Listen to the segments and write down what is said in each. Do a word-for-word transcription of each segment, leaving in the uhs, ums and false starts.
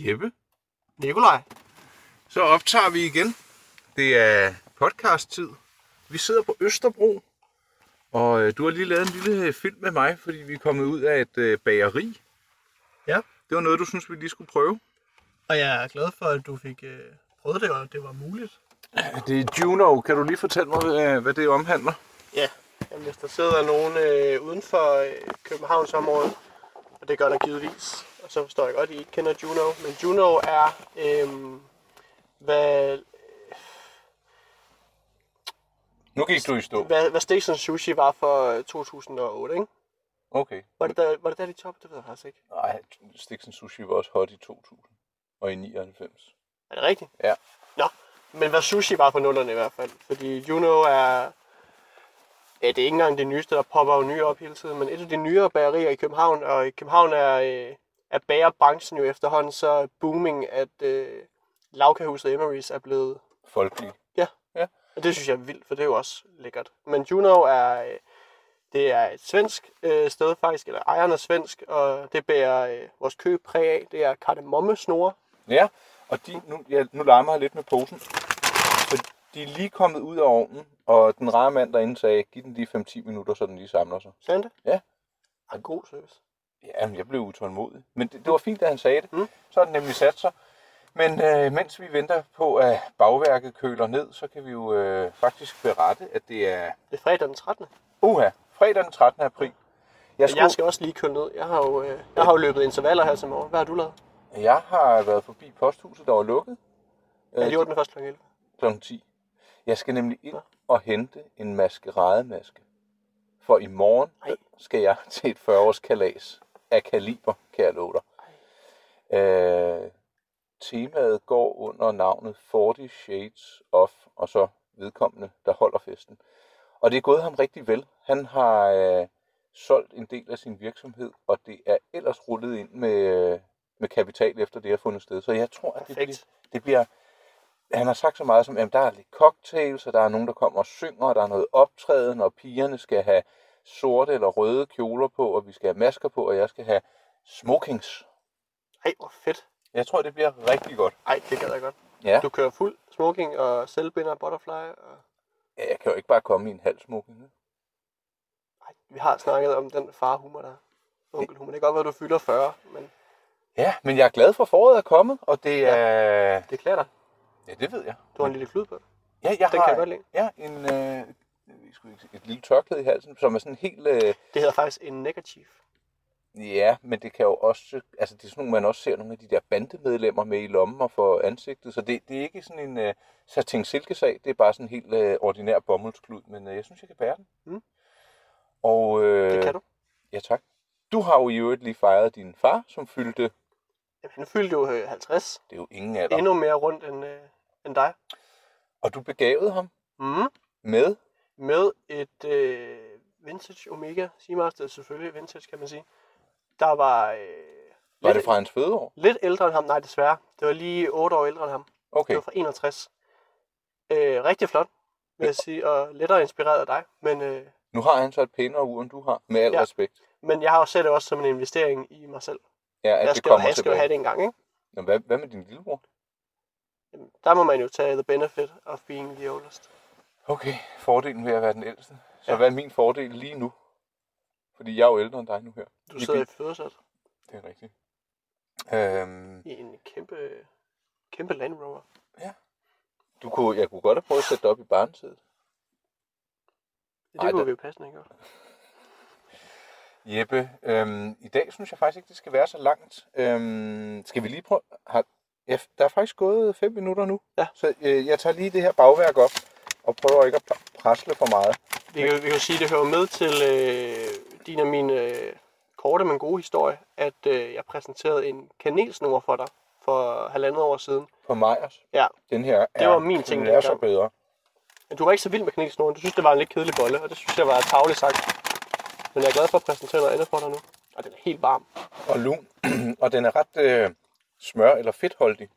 Jeppe. Nikolaj. Så optager vi igen. Det er podcast-tid. Vi sidder på Østerbro, og øh, du har lige lavet en lille film med mig, fordi vi er kommet ud af et øh, bageri. Ja. Det var noget, du synes, vi lige skulle prøve. Og jeg er glad for, at du fik øh, prøvet det, og at det var muligt. Det er Juno. Kan du lige fortælle mig, hvad, hvad det omhandler? Ja, jamen, hvis der sidder nogen øh, uden for øh, Københavnsområdet, og det gør der givetvis, og så forstår jeg godt, at I ikke kender Juno, men Juno er, øh, hvad, Nu gik du i stå. hvad, hvad Station Sushi var for to tusind og otte, ikke? Okay. Var det der, var det der de top? Det ved jeg faktisk ikke. Nej, Stiksen Sushi var også hot i to tusind og i nioghalvfems. Er det rigtigt? Ja. Nå, men hvad sushi var på nullerne i hvert fald. Fordi Juno er... Ja, det er ikke engang det nyeste, der popper jo nye op hele tiden, men et af de nyere bagerier i København, og i København er, øh, er bagerbranchen jo efterhånden så booming, at øh, Lavkahuset Emery's er blevet... Folkelig. Ja. Ja. Og det synes jeg er vildt, for det er jo også lækkert. Men Juno er... Øh, det er et svensk øh, sted faktisk, eller ejeren er svensk, og det bærer øh, vores køb præg af. Det er kardemommesnore. Ja, og de, nu, ja, nu larmer jeg lidt med posen. For de er lige kommet ud af ovnen, og den rare mand derinde sagde, giv den lige fem til ti minutter, så den lige samler sig. Sagde han det? Ja. Ah, god service. Ja, jeg blev utålmodig. Men det, det var fint, at han sagde det. Mm. Så har den nemlig sat sig. Men øh, mens vi venter på, at bagværket køler ned, så kan vi jo øh, faktisk berette, at det er... Det er fredag den trettende. Uha, fredag den trettende april. Jeg, skulle... jeg skal også lige køle ned. Jeg har jo, øh, jeg har jo løbet intervaller her til morgen. Hvad har du lavet? Jeg har været forbi posthuset, der var lukket. Ja, de åbner først klokken elleve. klokken ti. Jeg skal nemlig ind og hente en maskerademaske. For i morgen Ej. skal jeg til et fyrre-års kalas af kaliber, kan jeg love dig. Øh, temaet går under navnet fyrre Shades of, og så vedkommende, der holder festen. Og det er gået ham rigtig vel. Han har øh, solgt en del af sin virksomhed, og det er ellers rullet ind med, øh, med kapital efter det har fundet sted. Så jeg tror, at det bliver, det bliver... Han har sagt så meget som, at der er lidt cocktails, og der er nogen, der kommer og synger, og der er noget optræden, og pigerne skal have sorte eller røde kjoler på, og vi skal have masker på, og jeg skal have smokings. Ej, hvor fedt. Jeg tror, det bliver rigtig godt. Ej, det gad jeg godt. Ja. Du kører fuld smoking og selvbinder butterfly. Og... Ja, jeg kan jo ikke bare komme i en halv smoking. Ej, vi har snakket om den farhumor der. Onkelhumor. Det kan godt være, du fylder fyrre, men... Ja, men jeg er glad for, at foråret er kommet, og det er... Ja, det klæder dig. Ja, det ved jeg. Du har en lille klud på. Ja, jeg den har... kan jeg godt lide. Ja, en... Øh... et lille tørklæde i halsen, som er sådan helt... Øh... Det hedder faktisk en neckerchief. Ja, men det kan jo også... Altså, det er sådan nogle, man også ser nogle af de der bandemedlemmer med i lommen og for ansigtet, så det, det er ikke sådan en øh, satin silkesag, det er bare sådan en helt øh, ordinær bomuldsklud, men øh, jeg synes, jeg kan bære den. Mm. Og... Øh... Det kan du. Ja, tak. Du har jo i øvrigt lige fejret din far, som fyldte... Jamen, han fyldte jo halvtreds. Det er jo ingen alder. Endnu mere rundt end, øh, end dig. Og du begavede ham Mm. med? Med et øh, vintage Omega Seamaster, selvfølgelig vintage, kan man sige. Der var... Øh, Var lidt, det fra hans fødeår? Lidt ældre end ham, nej desværre. Det var lige otte år ældre end ham. Okay. Det var fra enogtres. Øh, rigtig flot, vil jeg sige, og lettere inspireret af dig. Men, øh, Nu har han så et pænere ur, end du har, med al ja. respekt. Men jeg har jo set det også som en investering i mig selv. Ja, at jeg det skal, kommer jo, jeg skal jo have det en gang, ikke? Nå, hvad, hvad med din lillebror? Jamen, der må man jo tage the benefit of being the oldest. Okay, fordelen ved at være den ældste. Så Ja. hvad er min fordel lige nu? Fordi jeg er jo ældre end dig nu her. Du sidder i førersæt Det er rigtigt. Øhm, i en kæmpe, kæmpe Land Rover. ja. Du kunne, jeg kunne godt have prøvet at sætte dig op i barnesædet. Det Ej, kunne der- vi jo passende ikke godt. Jeppe, øhm, i dag synes jeg faktisk ikke, det skal være så langt. Øhm, skal vi lige prøve... Har, ja, der er faktisk gået fem minutter nu. Ja. Så øh, jeg tager lige det her bagværk op, og prøver ikke at presle for meget. Vi kan, vi kan jo sige, at det hører med til øh, din og min øh, korte, men gode historie, at øh, jeg præsenterede en kanelsnor for dig for halvandet år siden. På Meyers. Ja, Den her er, Det var min ting den er så dengang. bedre. men du var ikke så vild med kanelsnoren. Du synes, det var en lidt kedelig bolle, og det synes jeg var tarveligt sagt. Men jeg er glad for at præsentere noget andet for dig nu. Og den er helt varm. Og lun. Og den er ret øh, smør- eller fedtholdig.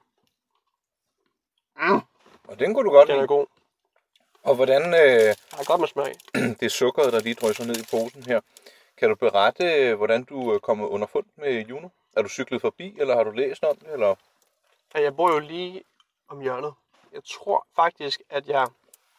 Mm. Og den kunne du godt Den er lide. god. Og hvordan øh, Der er godt med smør i. det er sukkeret, der lige drysser ned i posen her. Kan du berette, øh, hvordan du er kommet underfund med Juno? Er du cyklet forbi, eller har du læst om det? Eller? at jeg bor jo lige om hjørnet. Jeg tror faktisk, at jeg,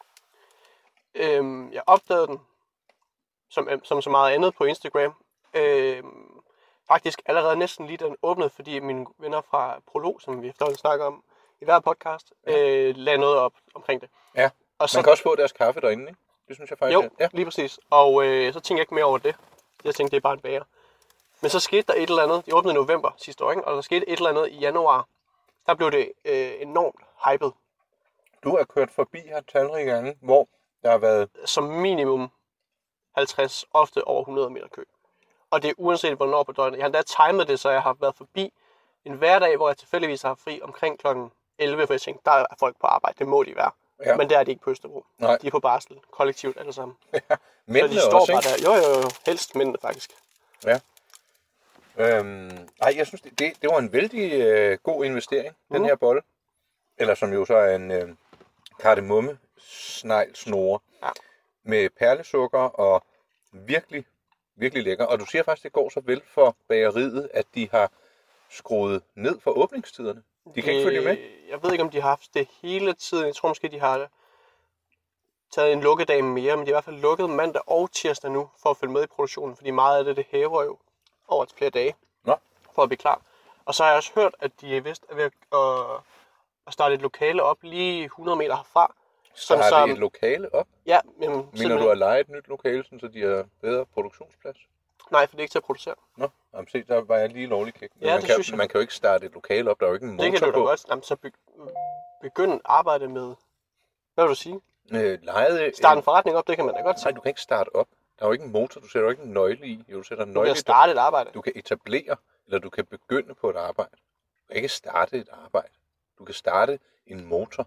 øhm, jeg opdagede den, som, som så meget andet på Instagram, øhm, faktisk allerede næsten lige da den åbnede, fordi mine venner fra Prolog, som vi efterhånden snakker om i hver podcast, ja. øh, lagde noget op omkring det. Ja, og så, man kan også få deres kaffe derinde, ikke? Det synes jeg faktisk, jo, er. Ja, lige præcis. Og øh, så tænkte jeg ikke mere over det. Jeg tænkte, det er bare en bager. Men så skete der et eller andet. De åbnede i november sidste år, ikke? Og der skete et eller andet i januar. Der blev det øh, enormt hypet. Du har kørt forbi her talrige gange, hvor der har været... Som minimum halvtreds, ofte over hundrede meter kø. Og det er uanset hvornår på døgnet. Jeg har endda timet det, så jeg har været forbi en hverdag, hvor jeg tilfældigvis har fri omkring klokken elleve, for jeg tænkte, der er folk på arbejde. Det må de være. Ja. Men det er de ikke på Østerbro. Nej. De er på barsel, kollektivt alle sammen. Ja, mændene så de står også, bare ikke? Der. Jo, jo, jo. Helst mændene faktisk. Ja. Øhm, ej, jeg synes, det, det var en vældig øh, god investering, mm. den her bolle. Eller som jo så er en øh, kardemomme sneglsnore ja. Med perlesukker og virkelig, virkelig lækker. Og du siger faktisk, det går så vel for bageriet, at de har skruet ned for åbningstiderne. De det, kan ikke følge med. Jeg ved ikke, om de har haft det hele tiden. Jeg tror måske, de har taget en lukkedag mere, men de har i hvert fald lukket mandag og tirsdag nu, for at følge med i produktionen. Fordi meget af det, det hæver jo over til flere dage, Nå. For at blive klar. Og så har jeg også hørt, at de er vist er ved at, at starte et lokale op lige hundrede meter herfra. Starte som, et lokale op? Ja. Jamen, Mener simpelthen. Du at lege et nyt lokale, så de har bedre produktionsplads? Nej, for det er ikke til at producere. Nå, jamen se, der var jeg lige lovlig kæk. Ja, man, det kan, synes jeg. Man kan jo ikke starte et lokale op, der er jo ikke en motor på. Det kan du da godt. Jamen, så be- begynd at arbejde med, hvad vil du sige? Øh, lejede, Starte en forretning op, det kan man da godt sige. Nej, du kan ikke starte op. Der er jo ikke en motor, du sætter jo ikke en nøgle i. Jo, du sætter en nøgle du kan starte et arbejde. Du kan etablere, eller du kan begynde på et arbejde. Du kan ikke starte et arbejde. Du kan starte en motor.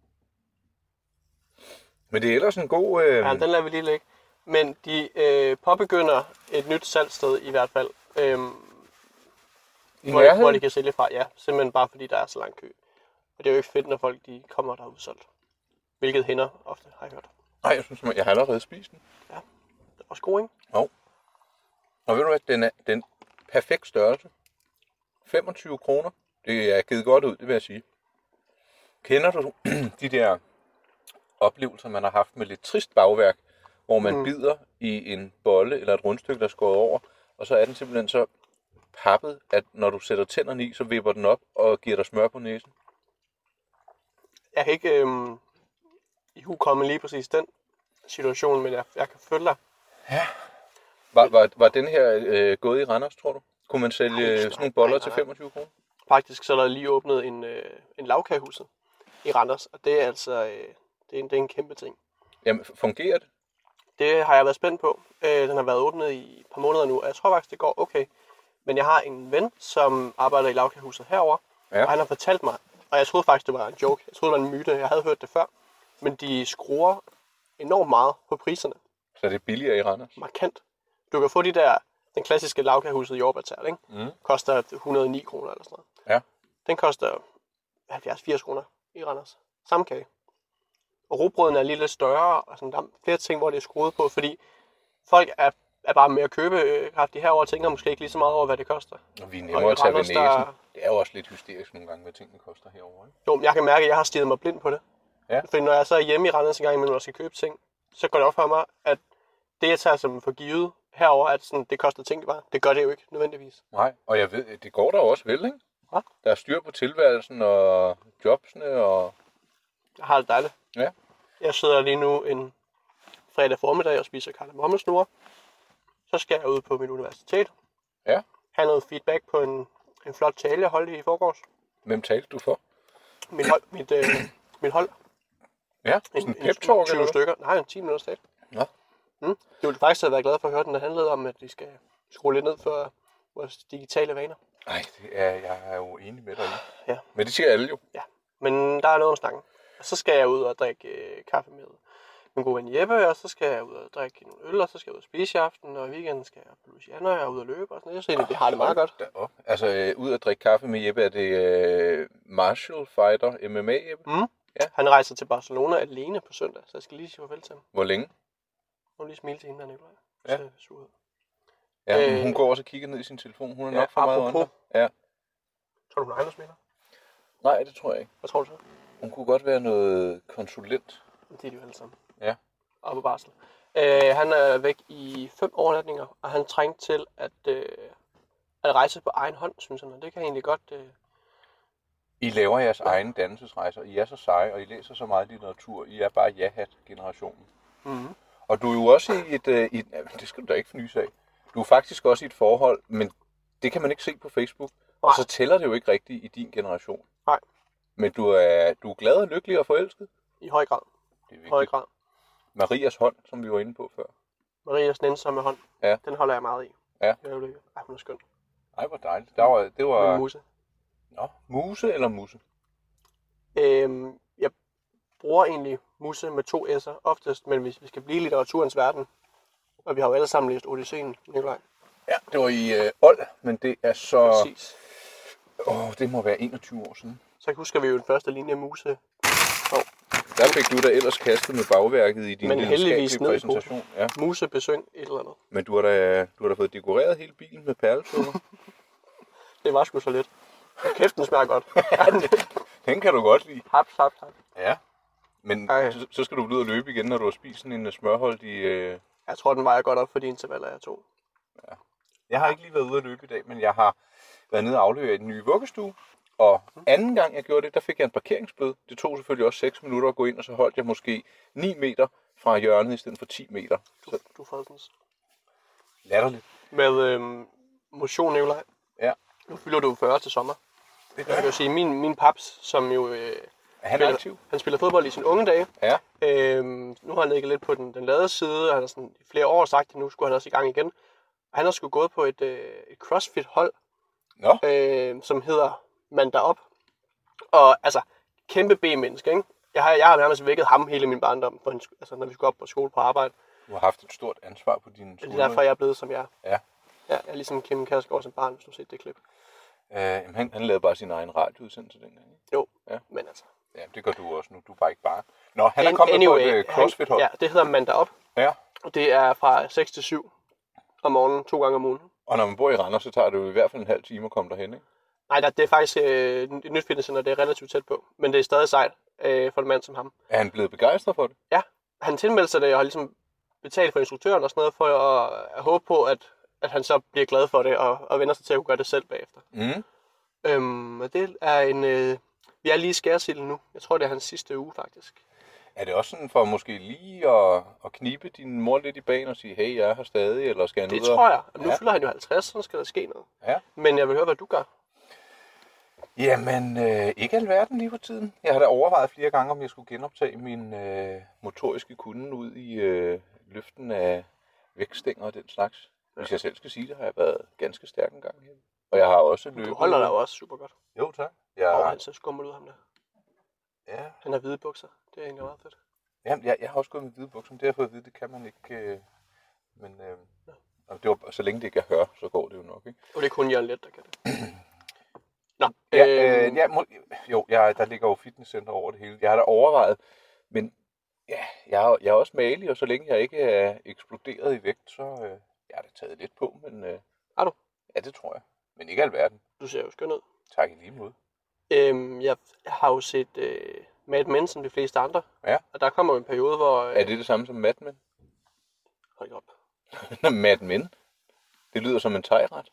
Men det er ellers en god... Øh... Ja, den lader vi lige ligge. Men de øh, påbegynder et nyt salgssted i hvert fald. Øh, hvor, hvor de kan sælge fra. Ja, simpelthen bare fordi der er så lang kø. Og det er jo ikke fedt, når folk de kommer der udsolgt. Hvilket hænder ofte, har jeg hørt. Nej, jeg synes, jeg har allerede spist den. Ja, det er også god, ikke? Jo. Og ved du hvad, den er den perfekt størrelse. femogtyve kroner. Det er givet godt ud, det vil jeg sige. Kender du de der oplevelser, man har haft med lidt trist bagværk, hvor man mm. bider i en bolle eller et rundstykke, der er skåret over, og så er den simpelthen så pappet, at når du sætter tænderne i, så vipper den op og giver dig smør på næsen? Jeg kan ikke øh, i hu komme lige præcis den situation, men jeg, jeg kan følge dig. Ja. Var, var, var den her øh, gået i Randers, tror du? Kunne man sælge nej, sådan nogle boller nej, nej. til femogtyve kroner? Faktisk så er der lige åbnet en, øh, en lavkagehuset i Randers, og det er altså øh, det er en, det er en kæmpe ting. Jamen, fungerer det? Det har jeg været spændt på. Øh, den har været åbnet i et par måneder nu, og jeg tror faktisk, det går okay. Men jeg har en ven, som arbejder i lavkagehuset herover, ja. Og han har fortalt mig, og jeg troede faktisk, det var en joke. Jeg troede, det var en myte. Jeg havde hørt det før. Men de skruer enormt meget på priserne. Så det er billigere i Randers? Markant. Du kan få de der, den klassiske lavkagehuset jordbærtert, ikke? Mm. Koster et hundrede og ni kroner eller sådan noget. Ja. Den koster halvfjerds til firs kroner i Randers. Samme kage. Og rugbrøden er lige lidt større, og sådan, der er flere ting, hvor det er skruet på, fordi folk er, er bare med at købe øh, kraftigt herover og tænker måske ikke lige så meget over, hvad det koster. Og vi er nemmere at tage ved næsen. Der... Det er jo også lidt hysterisk nogle gange, hvad tingene koster herovre. Ikke? Jo, men jeg kan mærke, at jeg har stirret mig blind på det. Ja. Fordi når jeg så er hjemme i Randers en gang imellem og skal købe ting, så går det op for mig, at det jeg tager som for givet herover, at sådan, det koster ting bare. Det gør det jo ikke nødvendigvis. Nej, og jeg ved, det går der også vel, ikke? Ja. Der er styr på tilværelsen og jobsene og... Jeg har det dejligt. Ja. Jeg sidder lige nu en fredag formiddag og spiser kardemommesnore. Så skal jeg ud på mit universitet. Ja. Have noget feedback på en, en flot tale, jeg holdt i forgårs. Hvem talte du for? Mit hold. Mit, øh, mit hold. Ja, sådan en pep-talk eller stykker. Nej, en ti minutters tale. Ja. Mm. Det ville faktisk have været glad for at høre den, der handlede om, at vi skal skrue lidt ned for vores digitale vaner. Nej, det er, jeg er jo enig med dig i. Ja. Men det siger alle jo. Ja, men der er noget om snakken. Og så skal jeg ud og drikke øh, kaffe med min gode ven Jeppe, og så skal jeg ud og drikke nogle øl, og så skal jeg ud og spise i aften, og i weekenden skal jeg på Louisiana, og jeg er ude og løbe og sådan noget. Så egentlig, det har det meget godt. Derop. Altså, øh, ud og drikke kaffe med Jeppe, er det øh, Martial Fighter M M A Jeppe? Mm. Ja. Han rejser til Barcelona alene på søndag, så jeg skal lige sige farvel til ham. Hvor længe? Nu lige smile til hende der, Nicolaj. Ja. Så sur ud. Ja, øh, hun går også og kigger ned i sin telefon. Hun er ja, nok for meget under. Ja. Tror du, hun er smiler? Nej, det tror jeg ikke. Hvad tror du så? Hun kunne godt være noget konsulent. Det er de jo alle sammen. Ja. Og på barsel. Øh, han er væk i fem overnatninger, og han trængte til at, øh, at rejse på egen hånd, synes han. Og det kan egentlig godt... Øh... I laver jeres egne dannelsesrejser. I er så seje, og I læser så meget litteratur. I er bare ja-hat-generationen. Mm-hmm. Og du er jo også i et... Øh, i et det skal du da ikke fnyse af. Du er faktisk også i et forhold, men det kan man ikke se på Facebook. Nej. Og så tæller det jo ikke rigtigt i din generation. Nej. Men du er, du er glad og lykkelig og forelsket? I høj grad. Det er vigtigt. Høj grad. Marias hånd, som vi var inde på før. Marias nænsomme hånd. Ja. Den holder jeg meget i. Ja. Det er jo det. Ej, hun er skøn. Ej, hvor dejligt. Der var, det var... Med muse. Nå, muse eller musse? Øhm, jeg bruger egentlig musse med to s'er oftest, men hvis vi skal blive i litteraturens verden, og vi har jo alle sammen læst Odysseen, Nikolaj. Ja, det var i øh, Old, men det er så... Præcis. Åh, det må være enogtyve år siden. Så husker vi jo den første linje muse. Oh. Der fik du da ellers kastet med bagværket i din men heldigvis ned i præsentation. Ja. Muse besøg et eller andet. Men du har da, du har da fået dekoreret hele bilen med perlesukker. Det var sgu så lidt. Kæft, den smager godt. Den kan du godt lide. Haps, haps, haps. Ja. Men så, så skal du ud og løbe igen, når du har spist sådan en smørholdig... Øh... Jeg tror, den vejer godt op for de intervaller, jeg tog. Ja. Jeg har ikke lige været ude at løbe i dag, men jeg har været nede og aflevere i den nye vuggestue. Og anden gang jeg gjorde det, der fik jeg en parkeringsbøde. Det tog selvfølgelig også seks minutter at gå ind, og så holdt jeg måske ni meter fra hjørnet i stedet for ti meter. Du, du får sådan latterligt. Med øhm, motion, Nikolaj. Ja. Nu fylder du fyrre til sommer. Det kan jeg jo sige, min, min paps, som jo... Øh, er han spiller, aktiv? Han spiller fodbold i sine unge dage. Ja. Øhm, nu har han ligget lidt på den, den lade side, og han har sådan i flere år sagt, at nu skulle han også i gang igen. Og han har sgu gået på et, øh, et CrossFit-hold, Nå. øh, som hedder Mand Derop. Og altså, kæmpe B-menneske, ikke? Jeg har, jeg har nærmest vækket ham hele min barndom, for, altså, når vi skulle op på skole på arbejde. Du har haft et stort ansvar på dine skuldre. Det er derfor, jeg er blevet, som jeg er. Ja. Ja, jeg er ligesom Kim Kjærsgaard som barn, hvis du har set det klip. Øh, han, han lavede bare sin egen radioudsendelse dengang, ikke? Jo, ja. Men altså... Ja, det gør du også nu. Du er bare ikke bare... Nå, han er An- kommet anyway, på et uh, CrossFit-hold. Ja, det hedder Mand Derop. Ja. Og det er fra seks til syv om morgenen, to gange om ugen. Og når man bor i Randers, så tager det jo i hvert fald en halv time at komme derhen, ikke? Nej, det er faktisk øh, et nyt fitnesscenter, det er relativt tæt på. Men det er stadig sejt øh, for en mand som ham. Er han blevet begejstret for det? Ja, han tilmeldte sig det og har ligesom betalt for instruktøren og sådan noget, for at, at håbe på, at, at han så bliver glad for det og, og vender sig til at kunne gøre det selv bagefter. Mm. Øhm, og det er en... Øh, vi er lige i skærsilden nu. Jeg tror, det er hans sidste uge, faktisk. Er det også sådan for måske lige at, at knibe din mor lidt i bagen og sige, hey, jeg er her stadig, eller skal jeg det ud? Det tror jeg. Nu ja. fylder han jo halvtreds, så skal der ske noget. Ja. Men jeg vil høre, hvad du gør. Jamen, øh, ikke alverden lige for tiden. Jeg har da overvejet flere gange, om jeg skulle genoptage min øh, motoriske kunde ud i øh, løften af vægtstænger og den slags. Ja. Hvis jeg selv skal sige det, har jeg været ganske stærk en gang her. Og jeg har også løbet... Du holder dig jo også super godt. Jo, tak. Jeg... Og han så skummer ud ham der. Ja. Han har hvide bukser. Det er egentlig meget fedt. Jamen, jeg, jeg har også gået med hvide bukser, men det har jeg fået at vide, det kan man ikke... Øh... Men øh... ja. det var, så længe det ikke er hør, så går det jo nok, ikke? Og det er kun Jørgen Let, der kan det. Nå, ja, øh, ja, må, jo, jeg, der ligger jo fitnesscenter over det hele. Jeg har da overvejet, men ja, jeg, jeg er også malig, og så længe jeg ikke er eksploderet i vægt, så øh, jeg har da taget lidt på, men... Øh, har du? Ja, det tror jeg. Men ikke alverden. Du ser jo skøn ud. Tak i lige måde. Øhm, jeg har jo set øh, Mad Men som de fleste andre. Ja. Og der kommer en periode, hvor... Øh, er det det samme som Mad Men? Hold op. Mad Men? Det lyder som en thai-ret.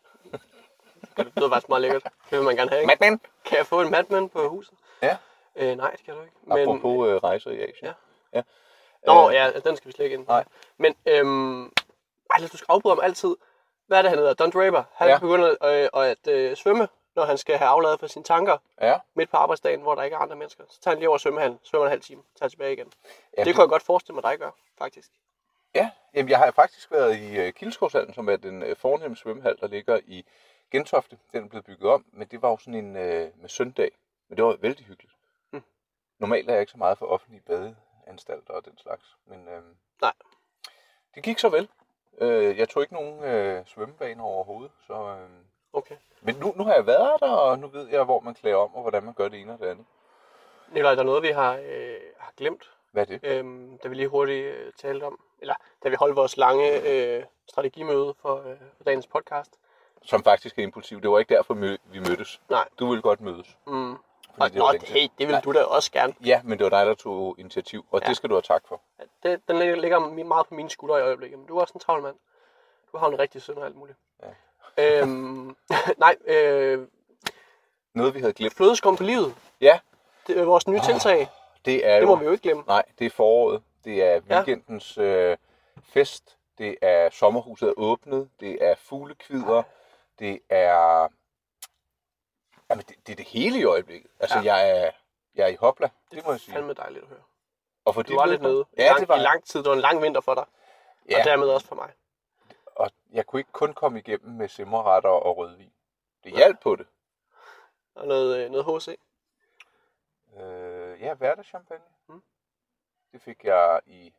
Det lyder faktisk meget lækkert. Det vil man gerne have, ikke? Mad Men? Kan jeg få en Mad Men på huset? Ja. Øh, nej, det kan du ikke. Men... Apropos øh, rejser i Asien. Ja. ja. Nå, øh... ja, den skal vi slet ikke ind. Nej. Men, øhm... Ej, lad os, du skal afbryde om altid. Hvad er det, han hedder? Don Draper. Han ja. begynder øh, at, at øh, svømme, når han skal have afladet for sine tanker. Ja. Midt på arbejdsdagen, hvor der ikke er andre mennesker. Så tager han lige over svømmehallen, svømmer en halv time, tager tilbage igen. Jamen, det kunne jeg godt forestille mig, dig gør, faktisk. Ja, jamen, jeg har faktisk været i uh, Kildeskovshallen, som er den uh, fornemme svømmehal, der ligger i Gentofte. Den er blevet bygget om, men det var jo sådan en uh, med søndag. Men det var vældig hyggeligt. Hmm. Normalt er jeg ikke så meget for offentlige badeanstalter og den slags. Men uh, nej. Det gik så vel. Uh, jeg tog ikke nogen uh, svømmebaner overhovedet, så... Uh, okay. Men nu, nu har jeg været der, og nu ved jeg, hvor man klæder om, og hvordan man gør det ene og det andet. Nikolaj, der er noget, vi har, øh, har glemt. Hvad er det? Øhm, da vi lige hurtigt øh, talte om, eller da vi holdt vores lange øh, strategimøde for, øh, for dagens podcast. Som faktisk er impulsiv. Det var ikke derfor, vi mødtes. Nej. Du ville godt mødes. Mm. Og, det var nå, længe hey, det vil Nej. du da også gerne. Ja, men det var dig, der tog initiativ, og Ja. det skal du have tak for. Ja, det, den ligger, ligger meget på mine skuldre i øjeblikket, men du er også en travl mand. Du har en rigtig søn og alt muligt. Ja. Øhm, nej, øh, Noget, vi havde glemt. flødeskum på livet. Ja. Det er vores nye Oh, tiltag. Det er Det jo... må vi jo ikke glemme. Nej, det er foråret. Det er weekendens øh, fest. Det er sommerhuset er åbnet. Det er fuglekvider. Det er... Jamen, det, det er det hele i øjeblikket. Altså, Ja. jeg, er, jeg er i hopla. Det må jeg Det sige. er fandme dejligt at høre. Og for Du var lidt nede. I, Ja, lang, det var i lang tid. Det var en lang vinter for dig. Ja. Og dermed også for mig. Og jeg kunne ikke kun komme igennem med simmerretter og rødvin. Det hjalp på det. Og noget, øh, noget H C. Øh, ja, hverdagschampagne. Mm. Det fik jeg i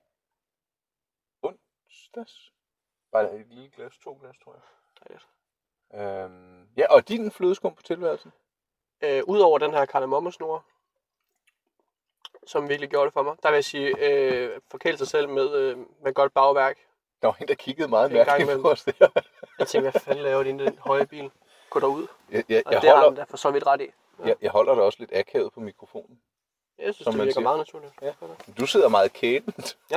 onsdags. Bare et lille glas, to glas, tror jeg. Dejligt. Øhm, ja, og din flødeskum på tilværelsen? Øh, Udover den her kardemommesnore, som virkelig gjorde det for mig, der vil jeg sige, øh, forkæle sig selv med, øh, med godt bagværk. Der var en, der kiggede meget En gang mærkeligt imellem. på os der. Jeg tænkte, hvad fanden laver din den høje bil? Gå derud. Jeg, jeg, Og jeg, det har holder, den der for så vidt ret i. Ja. jeg, jeg holder det også lidt akavet på mikrofonen. Jeg synes, Som det man virker siger. meget naturligt. Ja. Du sidder meget kædent. Ja.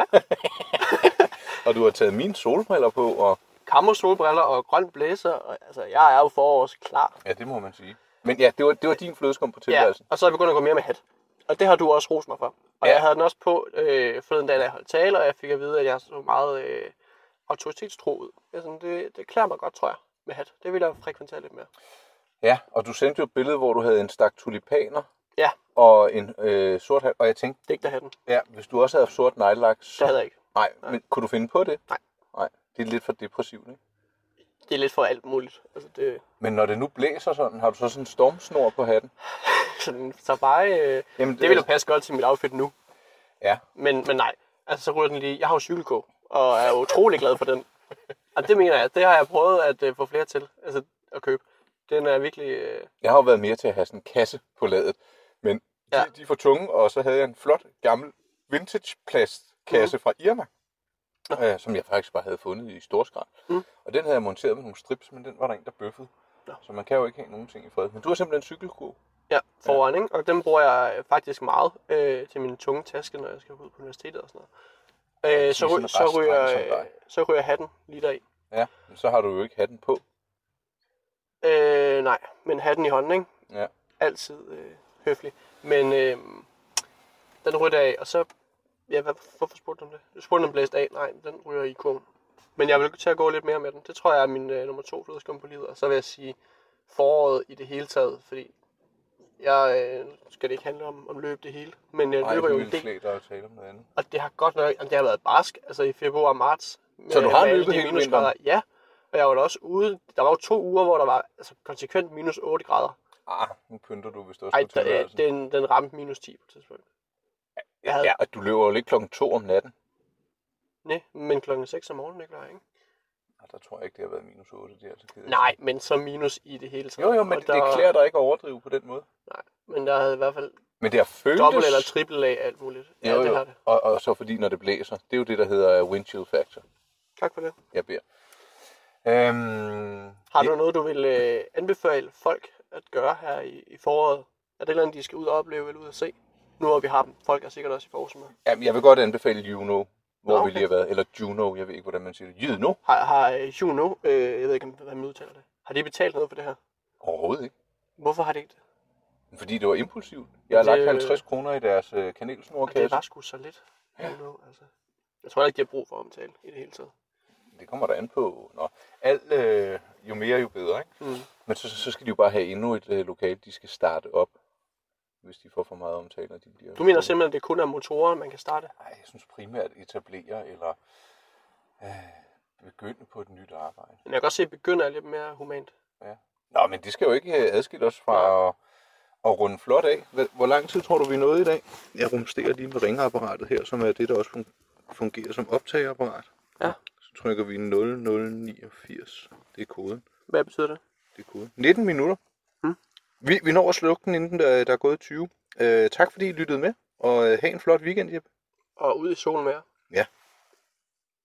Og du har taget mine solbriller på, og Kammer, solbriller og grøn blæser. Og, altså, jeg er jo forårs klar. ja, det må man sige. Men ja, det var, det var din flødeskum på Ja, tilværelsen. og så er jeg begyndt at gå mere med hat. Og det har du også rost mig for. Og Ja. jeg havde den også på øh, forleden dag, da jeg holdt tale, og jeg fik at vide, at jeg så meget øh, autoritetstro ud. Jeg sådan, det, det klæder mig godt, tror jeg, med hat. Det vil jeg frekventere lidt mere. Ja, og du sendte jo et billede, hvor du havde en stak tulipaner Ja, og en øh, sort hat. Og jeg tænkte, digterhatten. ja, hvis du også havde sort nejlak, så... Det havde jeg ikke. Nej, men kunne du finde på det? Nej. Nej, det er lidt for depressivt, ikke? Det er lidt for alt muligt. Altså, det, Men når det nu blæser sådan, har du så sådan en stormsnor på hatten? sådan, så bare, øh, Jamen, det vil jo passe godt til mit outfit nu. Ja, Men, men nej, altså så ryger den lige. Jeg har jo cykelko, og er utrolig glad for den. Og det mener jeg, det har jeg prøvet at øh, få flere til, altså at købe. Den er virkelig... Øh, jeg har jo været mere til at have sådan en kasse på ladet. Men de, Ja. de er for tunge, og så havde jeg en flot, gammel vintage plastkasse mm. fra Irma. Øh, som jeg faktisk bare havde fundet i storskrald. Mm. Og den havde jeg monteret med nogle strips, men den var der en, der bøffede. Nå. Så man kan jo ikke have nogen ting i fred. Men du har simpelthen en cykelkurv. ja, foran, ikke? Og den bruger jeg faktisk meget øh, til min tunge taske, når jeg skal ud på universitetet og sådan noget. Øh, så, sådan ry- en så, ryger, restdreng som øh, dig. så ryger hatten lige deri. Ja, men så har du jo ikke hatten på. Øh, nej, men hatten i hånden, ikke? Ja. Altid øh, høflig. Men øh, den ryger af, og så... Ja, hvad, hvorfor spurgte du om det? Du spurgte om den blæste af. Nej, den ryger i kurven. Men jeg vil til at gå lidt mere med den. Det tror jeg er min øh, nummer to flødeskum på livet. Og så vil jeg sige foråret i det hele taget, fordi jeg øh, skal det ikke handle om, om løb det hele. Men jeg Nej, løber du jo en ville del, klæde dig og tale om noget andet. og det har godt nok, det har været barsk, altså i februar og marts. Med, Så du har med alle løbet de hele minusgrader. Ja, og jeg var da også ude, der var jo to uger, hvor der var altså, konsekvent minus otte grader. Ah, nu pynter du vist også Ej, på der, øh, tilværelsen. den, den ramte minus ti på et tidspunkt. Jeg havde, Ja, og du løber jo lidt klokken to om natten. Nej, men klokken seks om morgenen, ikke? ikke? Ah, der tror jeg ikke, det har været minus otte. Det er altså kedeligt. Nej, men så minus i det hele taget. Jo, jo, men Og det, der, det klæder dig ikke at overdrive på den måde. Nej, men der havde i hvert fald Men det har føltes... dobbelt eller trippel af alt muligt. Ja, jo, det jo. har det. Og, og så fordi, når det blæser, det er jo det, der hedder wind chill factor. Tak for det. Jeg beder. Øhm, Har ja, du noget, du vil øh, anbefale folk at gøre her i, i foråret? Er det et eller andet, de skal ud og opleve eller ud og se? Nu hvor vi har dem. Folk er sikkert også i Forsen med. jamen, jeg vil godt anbefale Juno, hvor Nå, vi okay. lige har været. Eller Juno, jeg ved ikke, hvordan man siger det. Juno? Har, har øh, Juno, øh, jeg ved ikke, hvordan man udtaler det. Har de betalt noget for det her? Overhovedet ikke. Hvorfor har de ikke det? Fordi det var impulsivt. Jeg har Det- lagt halvtreds kroner i deres øh, Og det kanelsnorkasse. var sgu så lidt. Juno, altså. Jeg tror ikke, de har brug for omtale i det hele taget. Det kommer der an på. Nå, alt, øh, jo mere, jo bedre, ikke? Mm. Men så, så skal de jo bare have endnu et øh, lokale, de skal starte op, hvis de får for meget omtale. Og de bliver Du mener simpelthen, at det kun er motorer, man kan starte? Nej, jeg synes primært etablere eller øh, begynde på et nyt arbejde. Men jeg kan godt se, at begynder er lidt mere humant. Nå, men det skal jo ikke øh, adskille os fra at, at runde flot af. Hvor- Hvor lang tid tror du, vi er nået i dag? Jeg rumsterer lige med ringeapparatet her, som er det, der også fun- fungerer som optageapparat. Ja. Så trykker vi nul nul niogfirs. Det er koden. Hvad betyder det? Det er koden. nitten minutter. Mm. Vi, vi når at slukke den, inden der, der er gået tyve. Øh, tak fordi I lyttede med, og øh, have en flot weekend, Jeppe. Og ud i solen med jer. Ja.